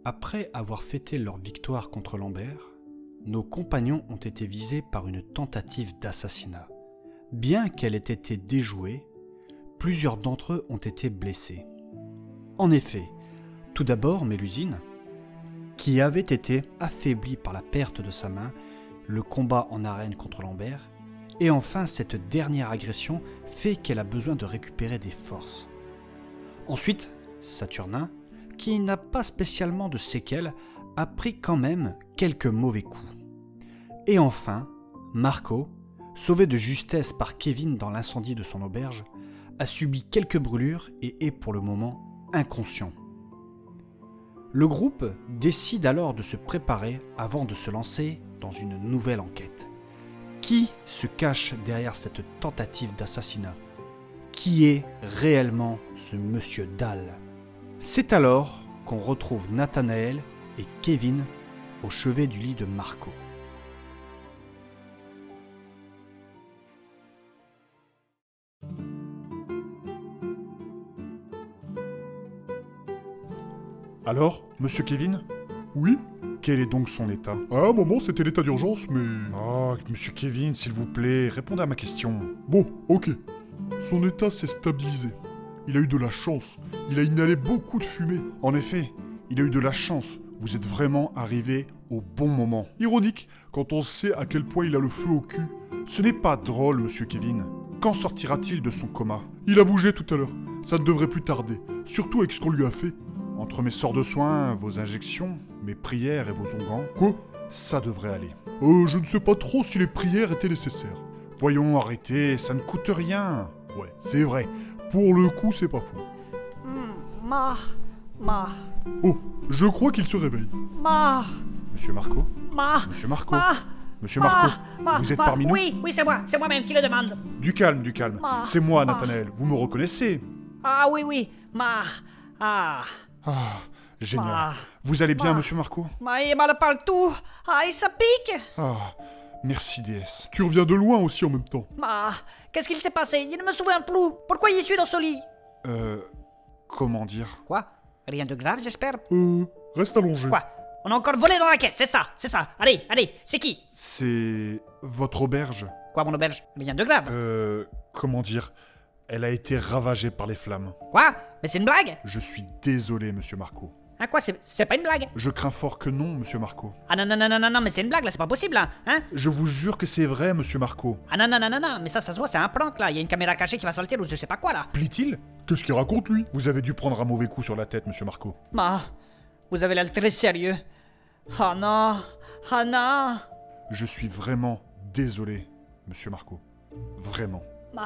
Après avoir fêté leur victoire contre Lambert, nos compagnons ont été visés par une tentative d'assassinat. Bien qu'elle ait été déjouée, plusieurs d'entre eux ont été blessés. En effet, tout d'abord Mélusine, qui avait été affaiblie par la perte de sa main, le combat en arène contre Lambert, et enfin cette dernière agression fait qu'elle a besoin de récupérer des forces. Ensuite, Saturnin, qui n'a pas spécialement de séquelles, a pris quand même quelques mauvais coups. Et enfin, Marco, sauvé de justesse par Kevin dans l'incendie de son auberge, a subi quelques brûlures et est pour le moment inconscient. Le groupe décide alors de se préparer avant de se lancer dans une nouvelle enquête. Qui se cache derrière cette tentative d'assassinat ? Qui est réellement ce monsieur Dahl ? C'est alors qu'on retrouve Nathanaël et Kevin au chevet du lit de Marco. Alors, monsieur Kevin ? Oui? Quel est donc son état ? À un moment, c'était l'état d'urgence, mais... Oh, monsieur Kevin, s'il vous plaît, répondez à ma question. Bon, ok. Son état s'est stabilisé. Il a eu de la chance. Il a inhalé beaucoup de fumée. En effet, il a eu de la chance. Vous êtes vraiment arrivé au bon moment. Ironique, quand on sait à quel point il a le feu au cul. Ce n'est pas drôle, monsieur Kevin. Quand sortira-t-il de son coma ? Il a bougé tout à l'heure. Ça ne devrait plus tarder. Surtout avec ce qu'on lui a fait. Entre mes sorts de soins, vos injections, mes prières et vos onguents, Quoi ? ça devrait aller. Je ne sais pas trop si les prières étaient nécessaires. Voyons, arrêtez, ça ne coûte rien. Ouais, c'est vrai. Pour le coup, c'est pas faux. Oh, je crois qu'il se réveille. Monsieur Marco ? Monsieur Marco ? Monsieur Marco, vous êtes parmi nous ? Oui, c'est moi-même qui le demande. Du calme. C'est moi, Nathanaël. Vous me reconnaissez ? Ah oui. Ah, génial. Vous allez bien, monsieur Marco ? Il m'a le partout. Et ça pique. Ah, merci, déesse. Tu reviens de loin aussi en même temps. Qu'est-ce qu'il s'est passé? Il ne me souvient plus. Pourquoi il suis dans ce lit? Comment dire ? Quoi? Rien de grave, j'espère? Reste allongé. Quoi? On a encore volé dans la caisse, c'est ça. Allez, c'est qui? C'est votre auberge. Quoi, mon auberge? Rien de grave. Comment dire ? Elle a été ravagée par les flammes. Quoi? Mais c'est une blague? Je suis désolé, monsieur Marco. Hein, quoi, c'est pas une blague? Je crains fort que non, monsieur Marco. Ah non, mais c'est une blague là, c'est pas possible là, hein? Je vous jure que c'est vrai, monsieur Marco. Ah non, mais ça se voit, c'est un prank là, il y a une caméra cachée qui va sortir ou je sais pas quoi là. Plaît-il ? Qu'est-ce qu'il raconte, lui ? Vous avez dû prendre un mauvais coup sur la tête, monsieur Marco. Vous avez l'air très sérieux. Oh non. Je suis vraiment désolé, monsieur Marco. Vraiment.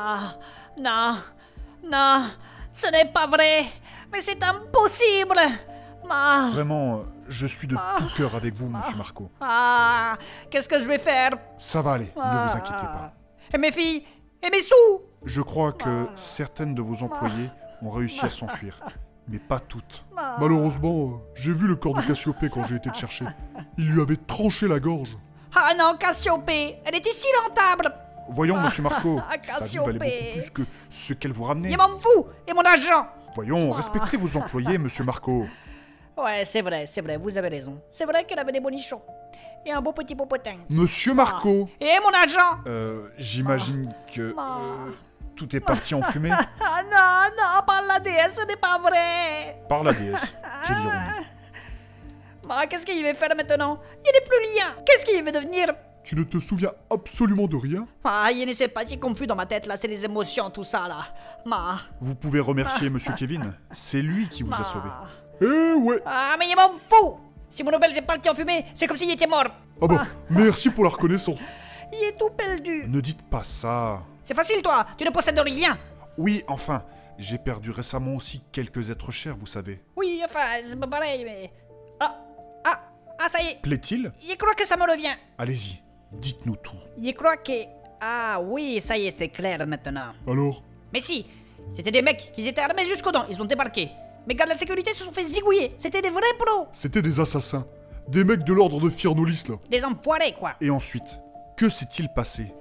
Non, ce n'est pas vrai. Mais c'est impossible. Vraiment, je suis de tout cœur avec vous, monsieur Marco. Qu'est-ce que je vais faire? Ça va aller, ne vous inquiétez pas. Et mes filles? Et mes sous? Je crois que certaines de vos employés ont réussi à s'enfuir, mais pas toutes. Malheureusement, j'ai vu le corps de Cassiopée quand j'ai été le chercher. Il lui avait tranché la gorge. Ah non, Cassiopée, elle était si rentable. Voyons, monsieur Marco, sa vie Cassiopée. valait beaucoup plus que ce qu'elle vous ramenait. Il m'en fout. Et mon argent? Voyons, respectez vos employés, monsieur Marco. Ouais, c'est vrai, vous avez raison. C'est vrai qu'elle avait des bonichons. Et un beau petit popotin. Monsieur Marco. Et mon argent? J'imagine que tout est parti en fumée. Non, par la déesse, ce n'est pas vrai. Par la déesse. Quelle ironie. Qu'est-ce qu'il va faire maintenant? Il n'est plus rien. Qu'est-ce qu'il va devenir? Tu ne te souviens absolument de rien? Il ne sait pas, c'est confus dans ma tête là, c'est les émotions, tout ça là. Vous pouvez remercier monsieur Kevin. C'est lui qui vous a sauvé. Eh ouais. Mais il m'en fout. Si mon auberge est parti en fumée, c'est comme s'il était mort. Ah bah, merci pour la reconnaissance. Il est tout perdu. Ne dites pas ça. C'est facile toi, tu ne possèdes rien. Oui, enfin, j'ai perdu récemment aussi quelques êtres chers, vous savez. Oui, enfin, c'est pas pareil, mais... ça y est. Plaît-il ? Je crois que ça me revient. Allez-y, dites-nous tout. Je crois que... oui, ça y est, c'est clair maintenant. Alors? Mais si, c'était des mecs qui étaient armés jusqu'aux dents, ils ont débarqué. Mes gars de la sécurité se sont fait zigouiller, c'était des vrais pros. C'était des assassins. Des mecs de l'ordre de Fiernolis, là. Des enfoirés, quoi. Et ensuite, que s'est-il passé ?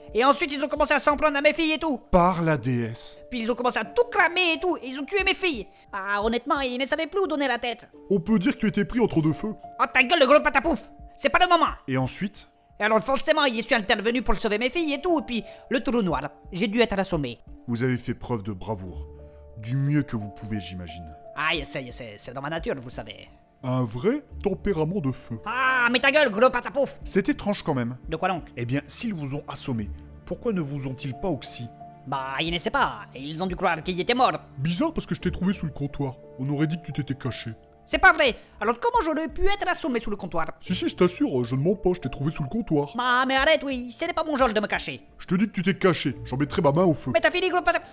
Et ensuite, ils ont commencé à s'en prendre à mes filles et tout. Par la déesse. Puis ils ont commencé à tout cramer et tout. Et ils ont tué mes filles. Ah, honnêtement, ils ne savaient plus où donner la tête. On peut dire que tu étais pris entre deux feux. Oh, ta gueule, le gros patapouf. C'est pas le moment. Et ensuite? Et alors, forcément, je suis intervenu pour sauver mes filles et tout. Et puis, le trou noir. J'ai dû être assommé. Vous avez fait preuve de bravoure. Du mieux que vous pouvez, j'imagine. Ah, je sais, c'est dans ma nature, vous savez. Un vrai tempérament de feu. Ah, mais ta gueule, gros patapouf. C'est étrange quand même. De quoi donc? Eh bien, s'ils vous ont assommé, pourquoi ne vous ont-ils pas oxy? Bah, ils ne sait pas. Et ils ont dû croire qu'il était mort. Bizarre parce que je t'ai trouvé sous le comptoir. On aurait dit que tu t'étais caché. C'est pas vrai. Alors comment j'aurais pu être assommé sous le comptoir? Si, je t'assure, je ne mens pas, je t'ai trouvé sous le comptoir. Bah, mais arrête, oui. Ce n'est pas mon genre de me cacher. Je te dis que tu t'es caché, j'en mettrai ma main au feu. Mais t'as fini, gros patapouf.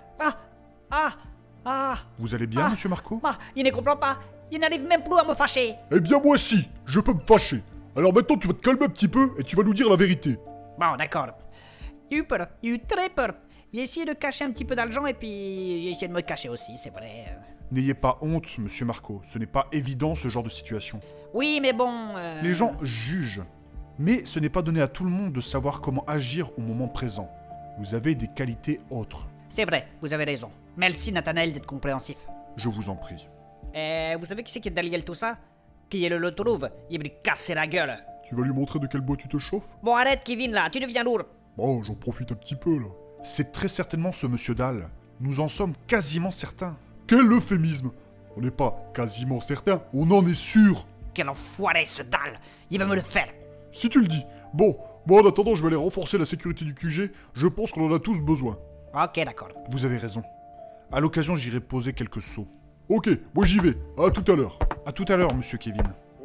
Vous allez bien, Ah. monsieur Marco? Bah, il ne comprend pas. Il n'arrive même plus à me fâcher. Eh bien moi si, je peux me fâcher. Alors maintenant tu vas te calmer un petit peu et tu vas nous dire la vérité. Bon, d'accord. J'ai eu peur. J'ai eu très peur. J'ai essayé de cacher un petit peu d'argent et puis j'ai essayé de me cacher aussi, c'est vrai. N'ayez pas honte, monsieur Marco. Ce n'est pas évident, ce genre de situation. Oui, mais bon... Les gens jugent. Mais ce n'est pas donné à tout le monde de savoir comment agir au moment présent. Vous avez des qualités autres. C'est vrai, vous avez raison. Merci, Nathanaël, d'être compréhensif. Je vous en prie. Vous savez qui c'est qui est derrière tout ça? Qui est le trouve? Il va lui casser la gueule. Tu vas lui montrer de quel bois tu te chauffes? Bon, arrête, Kevin, là, tu deviens lourd. Bon, j'en profite un petit peu là. C'est très certainement ce monsieur Dahl. Nous en sommes quasiment certains. Quel euphémisme! On n'est pas quasiment certain, on en est sûr! Quel enfoiré, ce dalle. Il va me le faire. Si tu le dis. Bon, moi en attendant je vais aller renforcer la sécurité du QG, je pense qu'on en a tous besoin. Ok, d'accord. Vous avez raison. À l'occasion, j'irai poser quelques seaux. Ok, moi j'y vais, à tout à l'heure. À tout à l'heure, monsieur Kevin.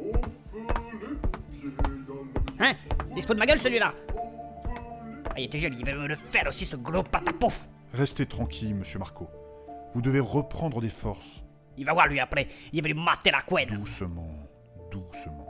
Hein? Il se fout de ma gueule, celui-là. Ah, il était jeune, il va me le faire aussi, ce gros patapouf. Restez tranquille, monsieur Marco. Vous devez reprendre des forces. Il va voir, lui, après. Il va lui mater la couenne. Doucement, doucement.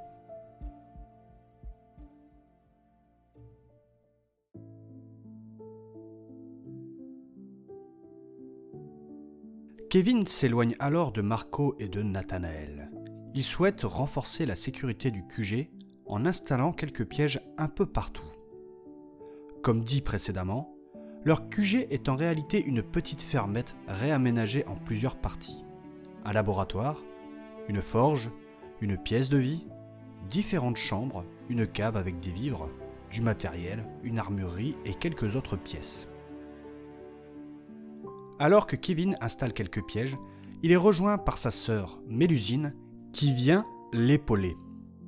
Kevin s'éloigne alors de Marco et de Nathanaël. Il souhaite renforcer la sécurité du QG en installant quelques pièges un peu partout. Comme dit précédemment, leur QG est en réalité une petite fermette réaménagée en plusieurs parties. Un laboratoire, une forge, une pièce de vie, différentes chambres, une cave avec des vivres, du matériel, une armurerie et quelques autres pièces. Alors que Kevin installe quelques pièges, il est rejoint par sa sœur, Mélusine, qui vient l'épauler.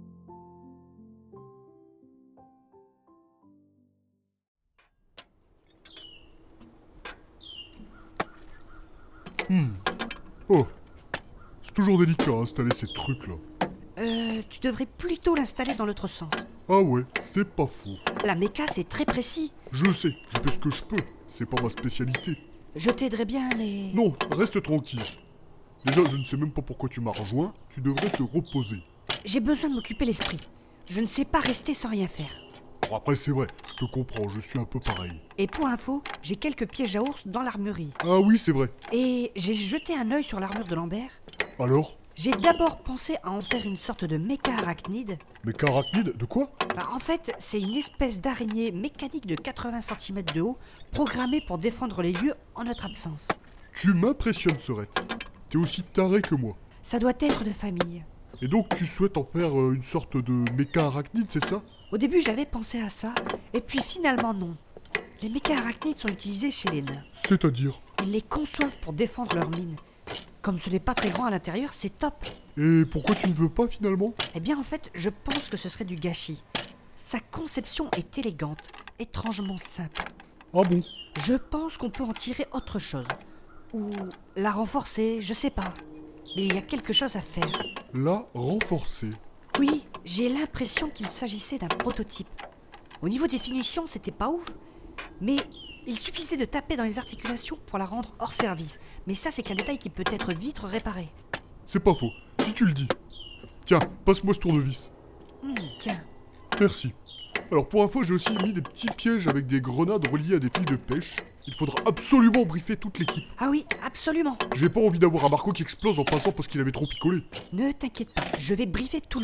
Oh, c'est toujours délicat à installer ces trucs là. Tu devrais plutôt l'installer dans l'autre sens. Ah ouais, c'est pas faux. La méca, c'est très précis. Je sais, je fais ce que je peux, c'est pas ma spécialité. Je t'aiderais bien, mais... Non, reste tranquille. Déjà, je ne sais même pas pourquoi tu m'as rejoint, tu devrais te reposer. J'ai besoin de m'occuper l'esprit. Je ne sais pas rester sans rien faire. Bon, après, c'est vrai, je te comprends, je suis un peu pareil. Et pour info, j'ai quelques pièges à ours dans l'armurerie. Ah oui, c'est vrai. Et j'ai jeté un œil sur l'armure de Lambert. Alors? J'ai d'abord pensé à en faire une sorte de méca arachnide. Mais carachnide, de quoi? En fait, c'est une espèce d'araignée mécanique de 80 cm de haut, programmée pour défendre les lieux en notre absence. Tu m'impressionnes, Sorette. T'es aussi taré que moi. Ça doit être de famille. Et donc, tu souhaites en faire une sorte de méca arachnide, c'est ça? Au début, j'avais pensé à ça, et puis finalement non. Les méca arachnides sont utilisés chez les nains. C'est-à-dire? Ils les conçoivent pour défendre leurs mines. Comme ce n'est pas très grand à l'intérieur, c'est top. Et pourquoi tu ne veux pas, finalement? Eh bien, en fait, je pense que ce serait du gâchis. Sa conception est élégante, étrangement simple. Ah bon? Je pense qu'on peut en tirer autre chose. Ou la renforcer, je sais pas. Mais il y a quelque chose à faire. La renforcer. Oui, j'ai l'impression qu'il s'agissait d'un prototype. Au niveau des finitions, c'était pas ouf. Mais il suffisait de taper dans les articulations pour la rendre hors service. Mais ça, c'est qu'un détail qui peut être vite réparé. C'est pas faux, si tu le dis. Tiens, passe-moi ce tournevis. Tiens. Merci. Alors pour info, j'ai aussi mis des petits pièges avec des grenades reliées à des fils de pêche. Il faudra absolument briefer toute l'équipe. Ah oui, absolument. J'ai pas envie d'avoir un Marco qui explose en passant parce qu'il avait trop picolé. Ne t'inquiète pas, je vais briefer tout le monde.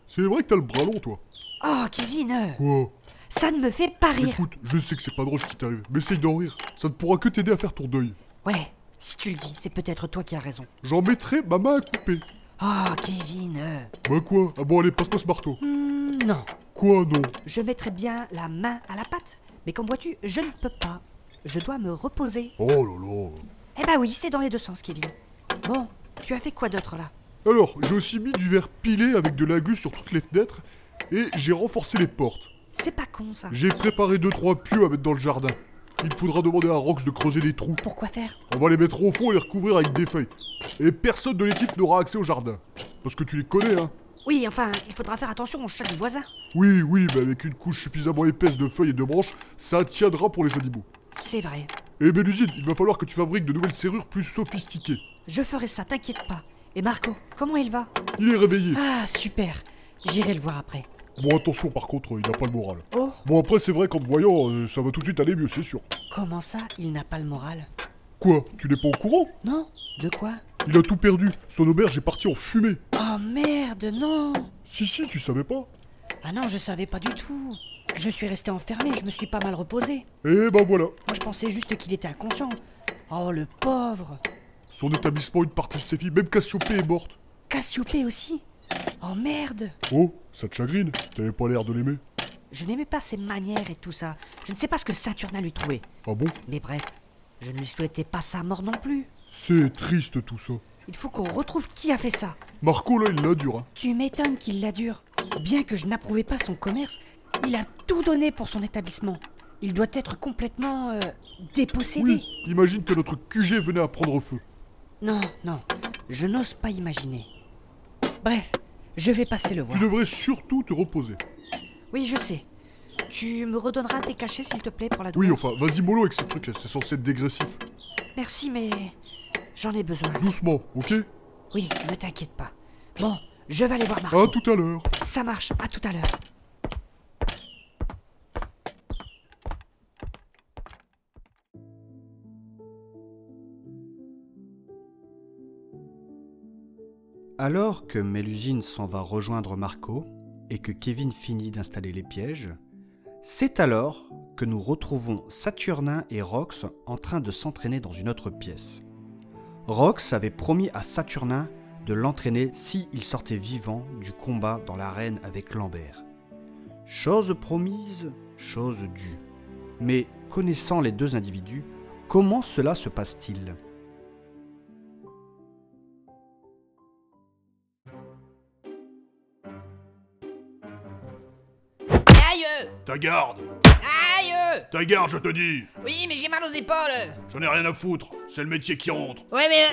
C'est vrai que t'as le bras long, toi. Oh, Kevin, Quoi? ça ne me fait pas rire. Écoute, je sais que c'est pas drôle ce qui t'arrive, mais essaye d'en rire. Ça ne pourra que t'aider à faire ton deuil. Ouais, si tu le dis, c'est peut-être toi qui as raison. J'en mettrai ma main à couper. Oh, Kevin, Bah quoi? Ah bon, allez, passe-moi ce marteau. non. Quoi, non? Je mettrais bien la main à la pâte, mais comme vois-tu, je ne peux pas. Je dois me reposer. Oh là là. Eh bah oui, c'est dans les deux sens, Kevin. Bon, tu as fait quoi d'autre là? Alors, j'ai aussi mis du verre pilé avec de la glu sur toutes les fenêtres, et j'ai renforcé les portes. C'est pas con ça. J'ai préparé 2-3 pieux à mettre dans le jardin. Il faudra demander à Rox de creuser des trous. Pourquoi faire? On va les mettre au fond et les recouvrir avec des feuilles. Et personne de l'équipe n'aura accès au jardin. Parce que tu les connais, hein. Oui, enfin, il faudra faire attention au chat du voisin. Oui, mais avec une couche suffisamment épaisse de feuilles et de branches, ça tiendra pour les animaux. C'est vrai. Et Mélusine, il va falloir que tu fabriques de nouvelles serrures plus sophistiquées. Je ferai ça, t'inquiète pas. Et Marco, comment il va? Il est réveillé. Ah, super. J'irai le voir après. Bon, attention par contre, il n'a pas le moral. Oh, Bon, après, c'est vrai qu'en te voyant, ça va tout de suite aller mieux, c'est sûr. comment ça, il n'a pas le moral? Quoi? Tu n'es pas au courant? Non? De quoi? Il a tout perdu. Son auberge est partie en fumée. Oh merde, non! Si, tu savais pas? Ah non, je savais pas du tout. Je suis resté enfermé, je me suis pas mal reposé. Eh ben voilà. Moi, je pensais juste qu'il était inconscient. Oh, le pauvre! Son établissement, une partie de ses filles, même Cassiopée est morte. Cassiopée aussi? Oh merde! Oh, ça te chagrine? T'avais pas l'air de l'aimer. Je n'aimais pas ses manières et tout ça. Je ne sais pas ce que Saturnin lui trouvait. Ah bon? Mais bref, je ne lui souhaitais pas sa mort non plus. C'est triste tout ça. Il faut qu'on retrouve qui a fait ça. Marco là, il l'a dur, hein. Tu m'étonnes qu'il la dure. Bien que je n'approuvais pas son commerce, il a tout donné pour son établissement. Il doit être complètement dépossédé. Oui, imagine que notre QG venait à prendre feu. Non, je n'ose pas imaginer. Bref, je vais passer le voir. Tu devrais surtout te reposer. Oui, je sais. Tu me redonneras tes cachets, s'il te plaît, pour la Oui, douleur. enfin, vas-y mollo avec ces trucs là, c'est censé être dégressif. Merci, mais j'en ai besoin. Doucement, ok? Oui, ne t'inquiète pas. Bon, je vais aller voir Marco. À tout à l'heure. Ça marche, à tout à l'heure. Alors que Mélusine s'en va rejoindre Marco et que Kevin finit d'installer les pièges, c'est alors que nous retrouvons Saturnin et Rox en train de s'entraîner dans une autre pièce. Rox avait promis à Saturnin de l'entraîner s'il sortait vivant du combat dans l'arène avec Lambert. Chose promise, chose due. Mais connaissant les deux individus, comment cela se passe-t-il ? Aïe! Ta garde! Aïe! Ta garde, je te dis! Oui, mais j'ai mal aux épaules. J'en ai rien à foutre, c'est le métier qui rentre. Ouais, mais...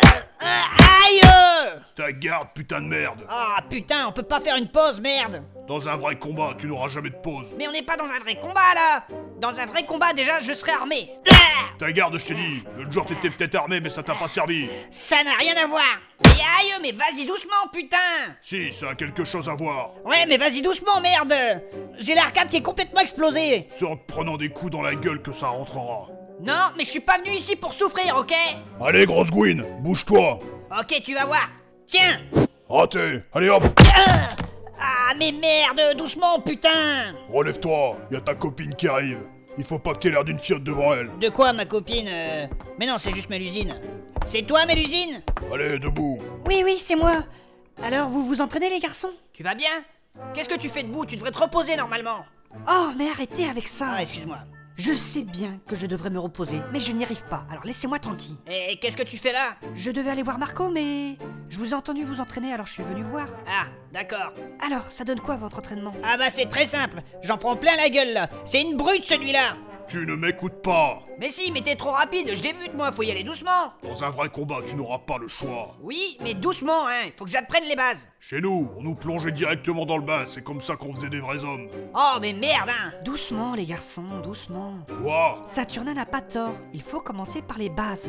aïe! Ta garde, putain de merde! Ah, putain, on peut pas faire une pause, merde. Dans un vrai combat, tu n'auras jamais de pause. Mais on n'est pas dans un vrai combat, là. Dans un vrai combat, déjà, je serai armé. Ta garde, je t'ai dit, l'autre jour t'étais peut-être armé, mais ça t'a pas servi. Ça n'a rien à voir. Mais aïe, mais vas-y doucement, putain. Si, ça a quelque chose à voir. Ouais, mais vas-y doucement, merde. J'ai l'arcade qui est complètement explosée. C'est en te prenant des coups dans la gueule que ça rentrera. Non, mais je suis pas venu ici pour souffrir, ok? Allez, grosse Gwyn, bouge-toi! Ok, tu vas voir. Tiens. Raté! Allez hop! Ah, mais merde, doucement, putain. Relève-toi, y a ta copine qui arrive. Il faut pas que t'aies l'air d'une fiotte devant elle. De quoi, ma copine Mais non, c'est juste Mélusine. C'est toi, Mélusine? Allez, debout. Oui, c'est moi. Alors, vous vous entraînez, les garçons? Tu vas bien? Qu'est-ce que tu fais debout? Tu devrais te reposer, normalement. Oh, mais arrêtez avec ça. Ah, excuse-moi. Je sais bien que je devrais me reposer, mais je n'y arrive pas, alors laissez-moi tranquille. Et qu'est-ce que tu fais là? Je devais aller voir Marco, mais je vous ai entendu vous entraîner, alors je suis venu voir. Ah, d'accord. Alors, ça donne quoi votre entraînement? Ah bah c'est très simple. J'en prends plein la gueule, là. C'est une brute, celui-là. Tu ne m'écoutes pas. Mais si, mais t'es trop rapide, je débute, moi. Faut y aller doucement. Dans un vrai combat, tu n'auras pas le choix. Oui, mais doucement, hein. Faut que j'apprenne les bases. Chez nous, on nous plongeait directement dans le bain, c'est comme ça qu'on faisait des vrais hommes. Oh, mais merde, hein. Doucement, les garçons, doucement. Quoi? Saturnin n'a pas tort, il faut commencer par les bases.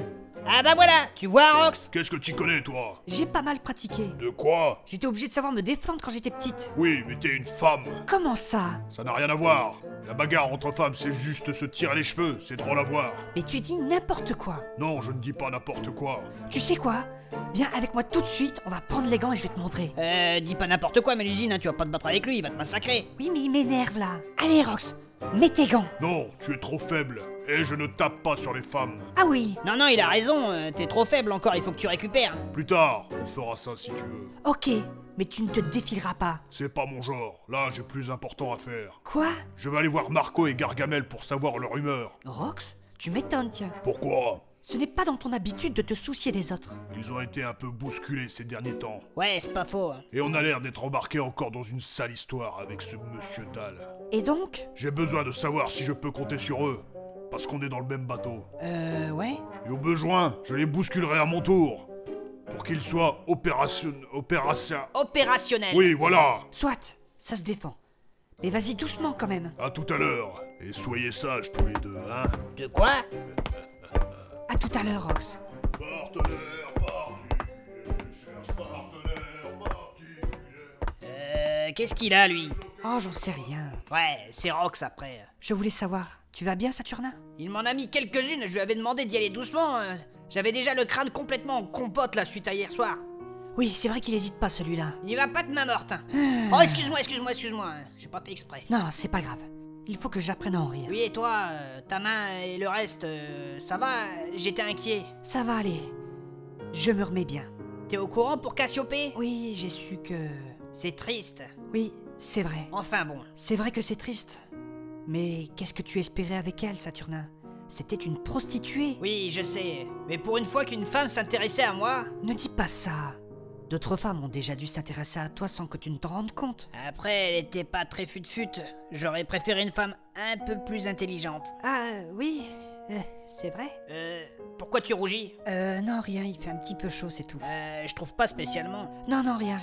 Ah bah voilà, tu vois Rox? Qu'est-ce que tu connais, toi? J'ai pas mal pratiqué. De quoi? J'étais obligée de savoir me défendre quand j'étais petite. Oui, mais t'es une femme. Comment ça? Ça n'a rien à voir. La bagarre entre femmes, c'est juste se tirer les cheveux, c'est drôle à voir. Mais tu dis n'importe quoi. Non, je ne dis pas n'importe quoi. Tu sais quoi? Viens avec moi tout de suite, on va prendre les gants et je vais te montrer. Dis pas n'importe quoi, Mélusine, hein, tu vas pas te battre avec lui, il va te massacrer. Oui, mais il m'énerve là. Allez, Rox, mets tes gants. Non, tu es trop faible. Et je ne tape pas sur les femmes. Ah oui, Non, il a raison, t'es trop faible encore, il faut que tu récupères. Plus tard, on fera ça si tu veux. ok, mais tu ne te défileras pas. C'est pas mon genre. Là, j'ai plus important à faire. Quoi? Je vais aller voir Marco et Gargamel pour savoir leur humeur. Rox, tu m'étonnes, tiens. Pourquoi? Ce n'est pas dans ton habitude de te soucier des autres. Ils ont été un peu bousculés ces derniers temps. Ouais, c'est pas faux. Hein. Et on a l'air d'être embarqué encore dans une sale histoire avec ce monsieur Dahl. Et donc? J'ai besoin de savoir si je peux compter sur eux. Parce qu'on est dans le même bateau. Ouais. Et au besoin, je les bousculerai à mon tour. Pour qu'ils soient Opérationnel. Oui, voilà. Soit, ça se défend. Mais vas-y doucement quand même. À tout à l'heure. Et soyez sages tous les deux, hein. De quoi? À tout à l'heure, Rox. Partenaire particulier, cherche partenaire particulier. Qu'est-ce qu'il a, lui? Oh, j'en sais rien. Ouais, c'est Rox après. Je voulais savoir, tu vas bien, Saturnin? Il m'en a mis quelques-unes, je lui avais demandé d'y aller doucement. J'avais déjà le crâne complètement en compote, là, suite à hier soir. Oui, c'est vrai qu'il hésite pas, celui-là. Il va pas de main morte. Hein. Oh, excuse-moi. J'ai pas fait exprès. Non, c'est pas grave. Il faut que j'apprenne à en rire. Oui, et toi, ta main et le reste, ça va? J'étais inquiet. Ça va aller. Je me remets bien. T'es au courant pour Cassiopée? Oui, j'ai su que... C'est triste. Oui, c'est vrai. Enfin bon. C'est vrai que c'est triste. Mais qu'est-ce que tu espérais avec elle, Saturnin? C'était une prostituée. Oui, je sais. Mais pour une fois qu'une femme s'intéressait à moi... Ne dis pas ça. D'autres femmes ont déjà dû s'intéresser à toi sans que tu ne t'en rendes compte. Après, elle était pas très fut-fut. J'aurais préféré une femme un peu plus intelligente. Ah, oui, c'est vrai. Pourquoi tu rougis? Non, rien, il fait un petit peu chaud, c'est tout. Je trouve pas spécialement. Non, rien.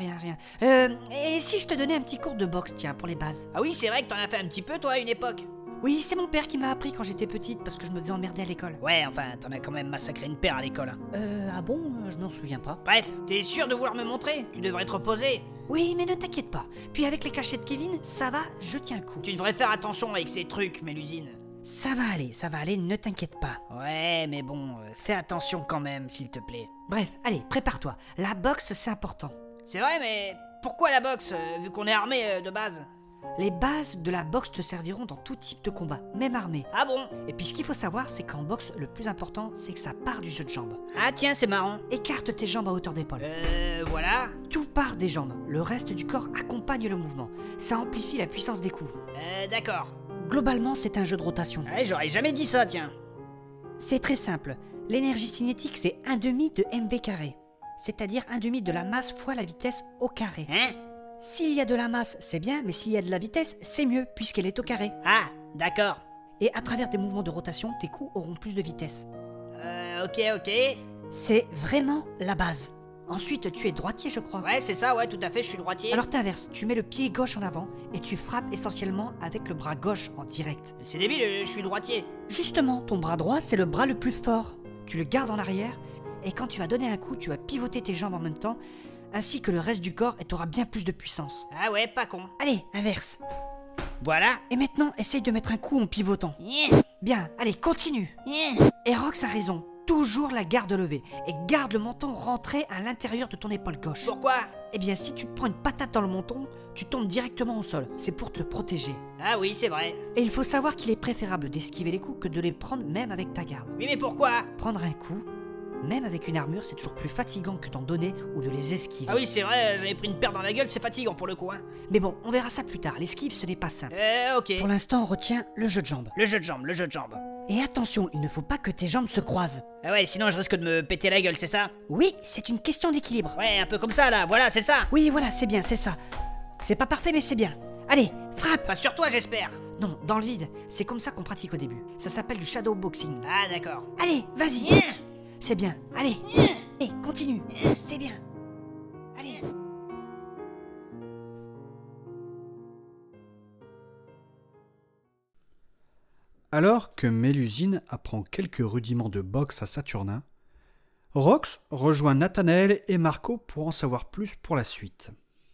Et si je te donnais un petit cours de boxe, tiens, pour les bases? Ah oui, c'est vrai que t'en as fait un petit peu, toi, à une époque. Oui, c'est mon père qui m'a appris quand j'étais petite parce que je me faisais emmerder à l'école. Ouais, enfin, t'en as quand même massacré une paire à l'école. Hein. Ah bon? Je m'en souviens pas. Bref, t'es sûr de vouloir me montrer? Tu devrais te reposer. Oui, mais ne t'inquiète pas. Puis avec les cachets de Kevin, ça va, je tiens le coup. Tu devrais faire attention avec ces trucs, Mélusine. Ça va aller, ne t'inquiète pas. Ouais, mais bon, fais attention quand même, s'il te plaît. Bref, allez, prépare-toi. La boxe, c'est important. C'est vrai, mais pourquoi la boxe, vu qu'on est armé de base? Les bases de la boxe te serviront dans tout type de combat, même armé. Ah bon? Et puis ce qu'il faut savoir, c'est qu'en boxe, le plus important, c'est que ça part du jeu de jambes. Ah tiens, c'est marrant. Écarte tes jambes à hauteur d'épaule. Voilà. Tout part des jambes. Le reste du corps accompagne le mouvement. Ça amplifie la puissance des coups. D'accord. Globalement, c'est un jeu de rotation. Ouais, j'aurais jamais dit ça, tiens. C'est très simple. L'énergie cinétique, c'est 1/2 de mv carré. C'est-à-dire 1/2 de la masse fois la vitesse au carré. Hein? S'il y a de la masse, c'est bien, mais s'il y a de la vitesse, c'est mieux, puisqu'elle est au carré. Ah, d'accord. Et à travers des mouvements de rotation, tes coups auront plus de vitesse. Ok. C'est vraiment la base. Ensuite, tu es droitier, je crois. Ouais, c'est ça, ouais, tout à fait, je suis droitier. Alors t'inverses, tu mets le pied gauche en avant et tu frappes essentiellement avec le bras gauche en direct. C'est débile, je suis droitier. Justement, ton bras droit, c'est le bras le plus fort. Tu le gardes en arrière et quand tu vas donner un coup, tu vas pivoter tes jambes en même temps, ainsi que le reste du corps et t'auras bien plus de puissance. Ah ouais, pas con. Allez, inverse. Voilà. Et maintenant, essaye de mettre un coup en pivotant. Yeah. Bien, allez, continue. Yeah. Et Rox a raison. Toujours la garde levée et garde le menton rentré à l'intérieur de ton épaule gauche. Pourquoi? Eh bien, si tu te prends une patate dans le menton, tu tombes directement au sol. C'est pour te protéger. Ah oui, c'est vrai. Et il faut savoir qu'il est préférable d'esquiver les coups que de les prendre même avec ta garde. Oui, mais pourquoi? Prendre un coup, même avec une armure, c'est toujours plus fatigant que d'en donner ou de les esquiver. Ah oui, c'est vrai, j'avais pris une paire dans la gueule, c'est fatigant pour le coup, hein. Mais bon, on verra ça plus tard. L'esquive, ce n'est pas simple. Ok. Pour l'instant, on retient le jeu de jambes. Le jeu de jambes. Et attention, il ne faut pas que tes jambes se croisent. Ah ouais, sinon je risque de me péter la gueule, c'est ça? Oui, c'est une question d'équilibre. Ouais, un peu comme ça là, voilà, c'est ça. Oui, voilà, c'est bien, c'est ça. C'est pas parfait, mais c'est bien. Allez, frappe! Pas sur toi, j'espère. Non, dans le vide. C'est comme ça qu'on pratique au début. Ça s'appelle du shadow boxing. Ah d'accord. Allez, vas-y! Yeah. C'est bien, allez! Et continue! C'est bien! Allez! Alors que Mélusine apprend quelques rudiments de boxe à Saturnin, Rox rejoint Nathanaël et Marco pour en savoir plus pour la suite.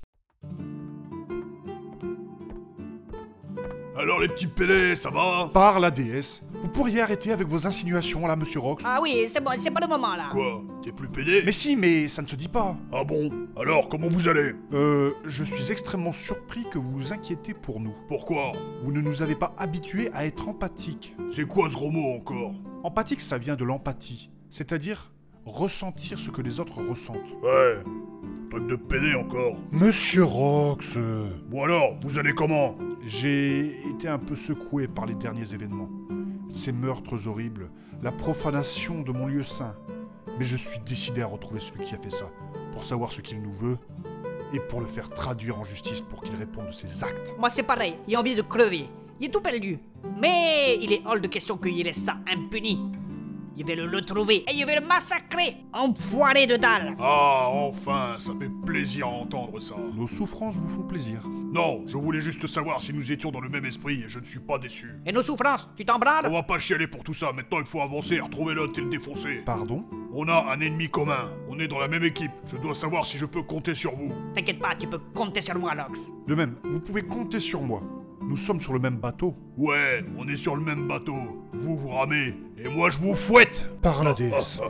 Alors les petits pélés, ça va? Par la déesse, vous pourriez arrêter avec vos insinuations là, monsieur Rox? Ah oui, c'est bon, c'est pas le moment là. Quoi? T'es plus pédé? Mais si, mais ça ne se dit pas. Ah bon? Alors, comment vous allez? Je suis extrêmement surpris que vous vous inquiétez pour nous. Pourquoi? Vous ne nous avez pas habitués à être empathiques. C'est quoi ce gros mot encore? Empathique, ça vient de l'empathie, c'est-à-dire ressentir ce que les autres ressentent. Ouais, truc de pédé encore. Monsieur Rox, Bon alors, vous allez comment? j'ai été un peu secoué par les derniers événements. Ces meurtres horribles, la profanation de mon lieu saint. Mais je suis décidé à retrouver celui qui a fait ça, pour savoir ce qu'il nous veut, et pour le faire traduire en justice pour qu'il réponde de ses actes. Moi c'est pareil, il a envie de crever. Il est tout perdu. Mais il est hors de question qu'il laisse ça impuni. Je vais le trouver et je vais le massacrer. Enfoiré de dalle. Ah, enfin, ça fait plaisir à entendre ça. Nos souffrances vous font plaisir. Non, je voulais juste savoir si nous étions dans le même esprit et je ne suis pas déçu. Et nos souffrances, tu t'en branles? On va pas chialer pour tout ça, maintenant il faut avancer, retrouver l'autre et le défoncer. Pardon? On a un ennemi commun, on est dans la même équipe, je dois savoir si je peux compter sur vous. T'inquiète pas, tu peux compter sur moi, Lox. De même, vous pouvez compter sur moi. Nous sommes sur le même bateau. Ouais, on est sur le même bateau. Vous ramez, et moi je vous fouette. Par la déesse.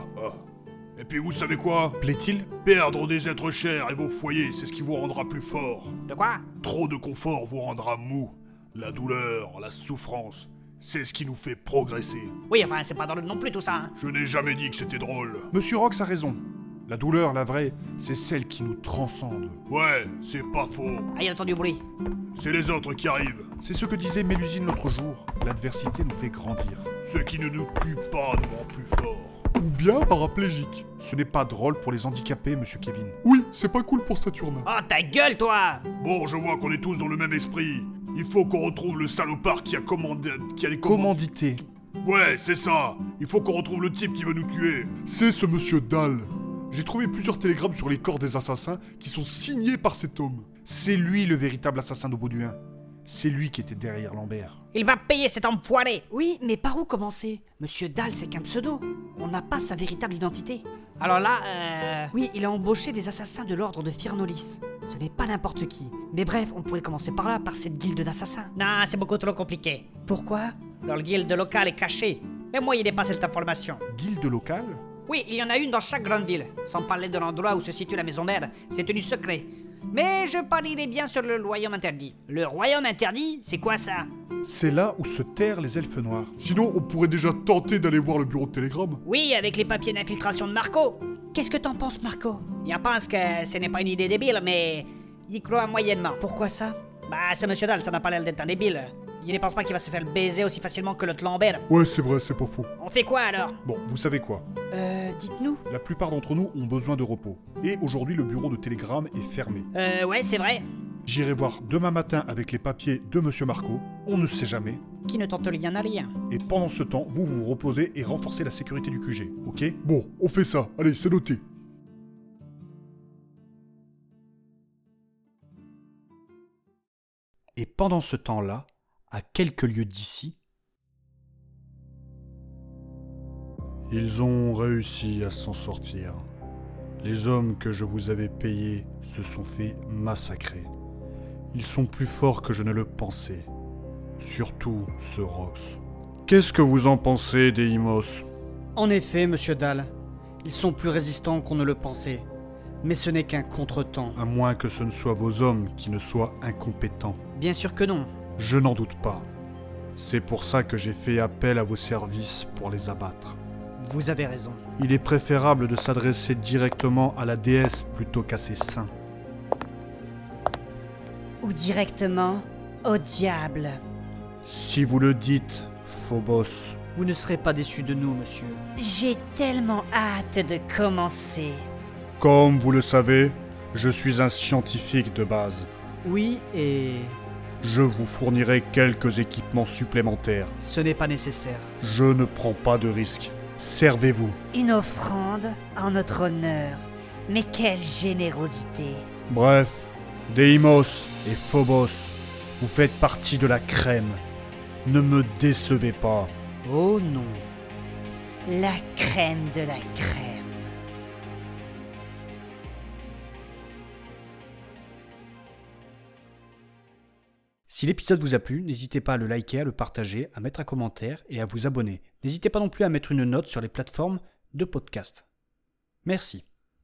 Et puis vous savez quoi? Plaît-il? Perdre des êtres chers et vos foyers, c'est ce qui vous rendra plus fort. De quoi? Trop de confort vous rendra mou. La douleur, la souffrance, c'est ce qui nous fait progresser. Oui, enfin, c'est pas drôle non plus tout ça. Hein. Je n'ai jamais dit que c'était drôle. Monsieur Rox a raison. La douleur, la vraie, c'est celle qui nous transcende. Ouais, c'est pas faux. Ah, il y a entendu bruit. C'est les autres qui arrivent. C'est ce que disait Mélusine l'autre jour. L'adversité nous fait grandir. Ce qui ne nous tue pas nous rend plus forts. Ou bien paraplégique. Ce n'est pas drôle pour les handicapés, monsieur Kevin. Oui, c'est pas cool pour Saturnin. Oh, ta gueule, toi! Bon, je vois qu'on est tous dans le même esprit. Il faut qu'on retrouve le salopard qui a commandé... Commandité. Ouais, c'est ça. Il faut qu'on retrouve le type qui veut nous tuer. C'est ce monsieur Dahl. J'ai trouvé plusieurs télégrammes sur les corps des assassins qui sont signés par cet homme. C'est lui le véritable assassin de Bauduin. C'est lui qui était derrière Lambert. Il va payer cet enfoiré! Oui, mais par où commencer? Monsieur Dahl, c'est qu'un pseudo. On n'a pas sa véritable identité. Alors là, Oui, il a embauché des assassins de l'ordre de Firnolis. Ce n'est pas n'importe qui. Mais bref, on pourrait commencer par là, par cette guilde d'assassins. Non, c'est beaucoup trop compliqué. Pourquoi? Leur guilde locale est cachée. Même moi, il n'est pas cette information. Guilde locale? Oui, il y en a une dans chaque grande ville. Sans parler de l'endroit où se situe la maison mère, c'est tenu secret. Mais je parierais bien sur le royaume interdit. Le royaume interdit, c'est quoi ça? C'est là où se terrent les elfes noirs. Sinon, on pourrait déjà tenter d'aller voir le bureau de télégramme. Oui, avec les papiers d'infiltration de Marco. Qu'est-ce que t'en penses, Marco? Il pense que ce n'est pas une idée débile, mais il croit moyennement. Pourquoi ça? Bah, c'est Monsieur Dahl, ça n'a pas l'air d'être un débile. Il ne pense pas qu'il va se faire baiser aussi facilement que l'autre Lambert. Ouais, c'est vrai, c'est pas faux. On fait quoi alors? Bon, vous savez quoi? Dites-nous. La plupart d'entre nous ont besoin de repos. Et aujourd'hui, le bureau de télégramme est fermé. Ouais, c'est vrai. J'irai voir demain matin avec les papiers de monsieur Marco. On ne sait jamais. Qui ne tente rien à rien. Et pendant ce temps, vous vous reposez et renforcez la sécurité du QG, ok? Bon, on fait ça. Allez, c'est noté. Et pendant ce temps-là, à quelques lieues d'ici, ils ont réussi à s'en sortir. Les hommes que je vous avais payés se sont fait massacrer. Ils sont plus forts que je ne le pensais. Surtout ce Rox. Qu'est-ce que vous en pensez, Deimos? En effet, monsieur Dahl, ils sont plus résistants qu'on ne le pensait. Mais ce n'est qu'un contretemps. À moins que ce ne soient vos hommes qui ne soient incompétents. Bien sûr que non. Je n'en doute pas. C'est pour ça que j'ai fait appel à vos services pour les abattre. Vous avez raison. Il est préférable de s'adresser directement à la déesse plutôt qu'à ses saints. Ou directement au diable. Si vous le dites, Phobos. Vous ne serez pas déçu de nous, monsieur. J'ai tellement hâte de commencer. Comme vous le savez, je suis un scientifique de base. Oui, et Je vous fournirai quelques équipements supplémentaires. ce n'est pas nécessaire. Je ne prends pas de risques. Servez-vous. Une offrande en notre honneur. Mais quelle générosité. Bref, Deimos et Phobos, vous faites partie de la crème. Ne me décevez pas. Oh non. La crème de la crème. Si l'épisode vous a plu, n'hésitez pas à le liker, à le partager, à mettre un commentaire et à vous abonner. N'hésitez pas non plus à mettre une note sur les plateformes de podcast. Merci.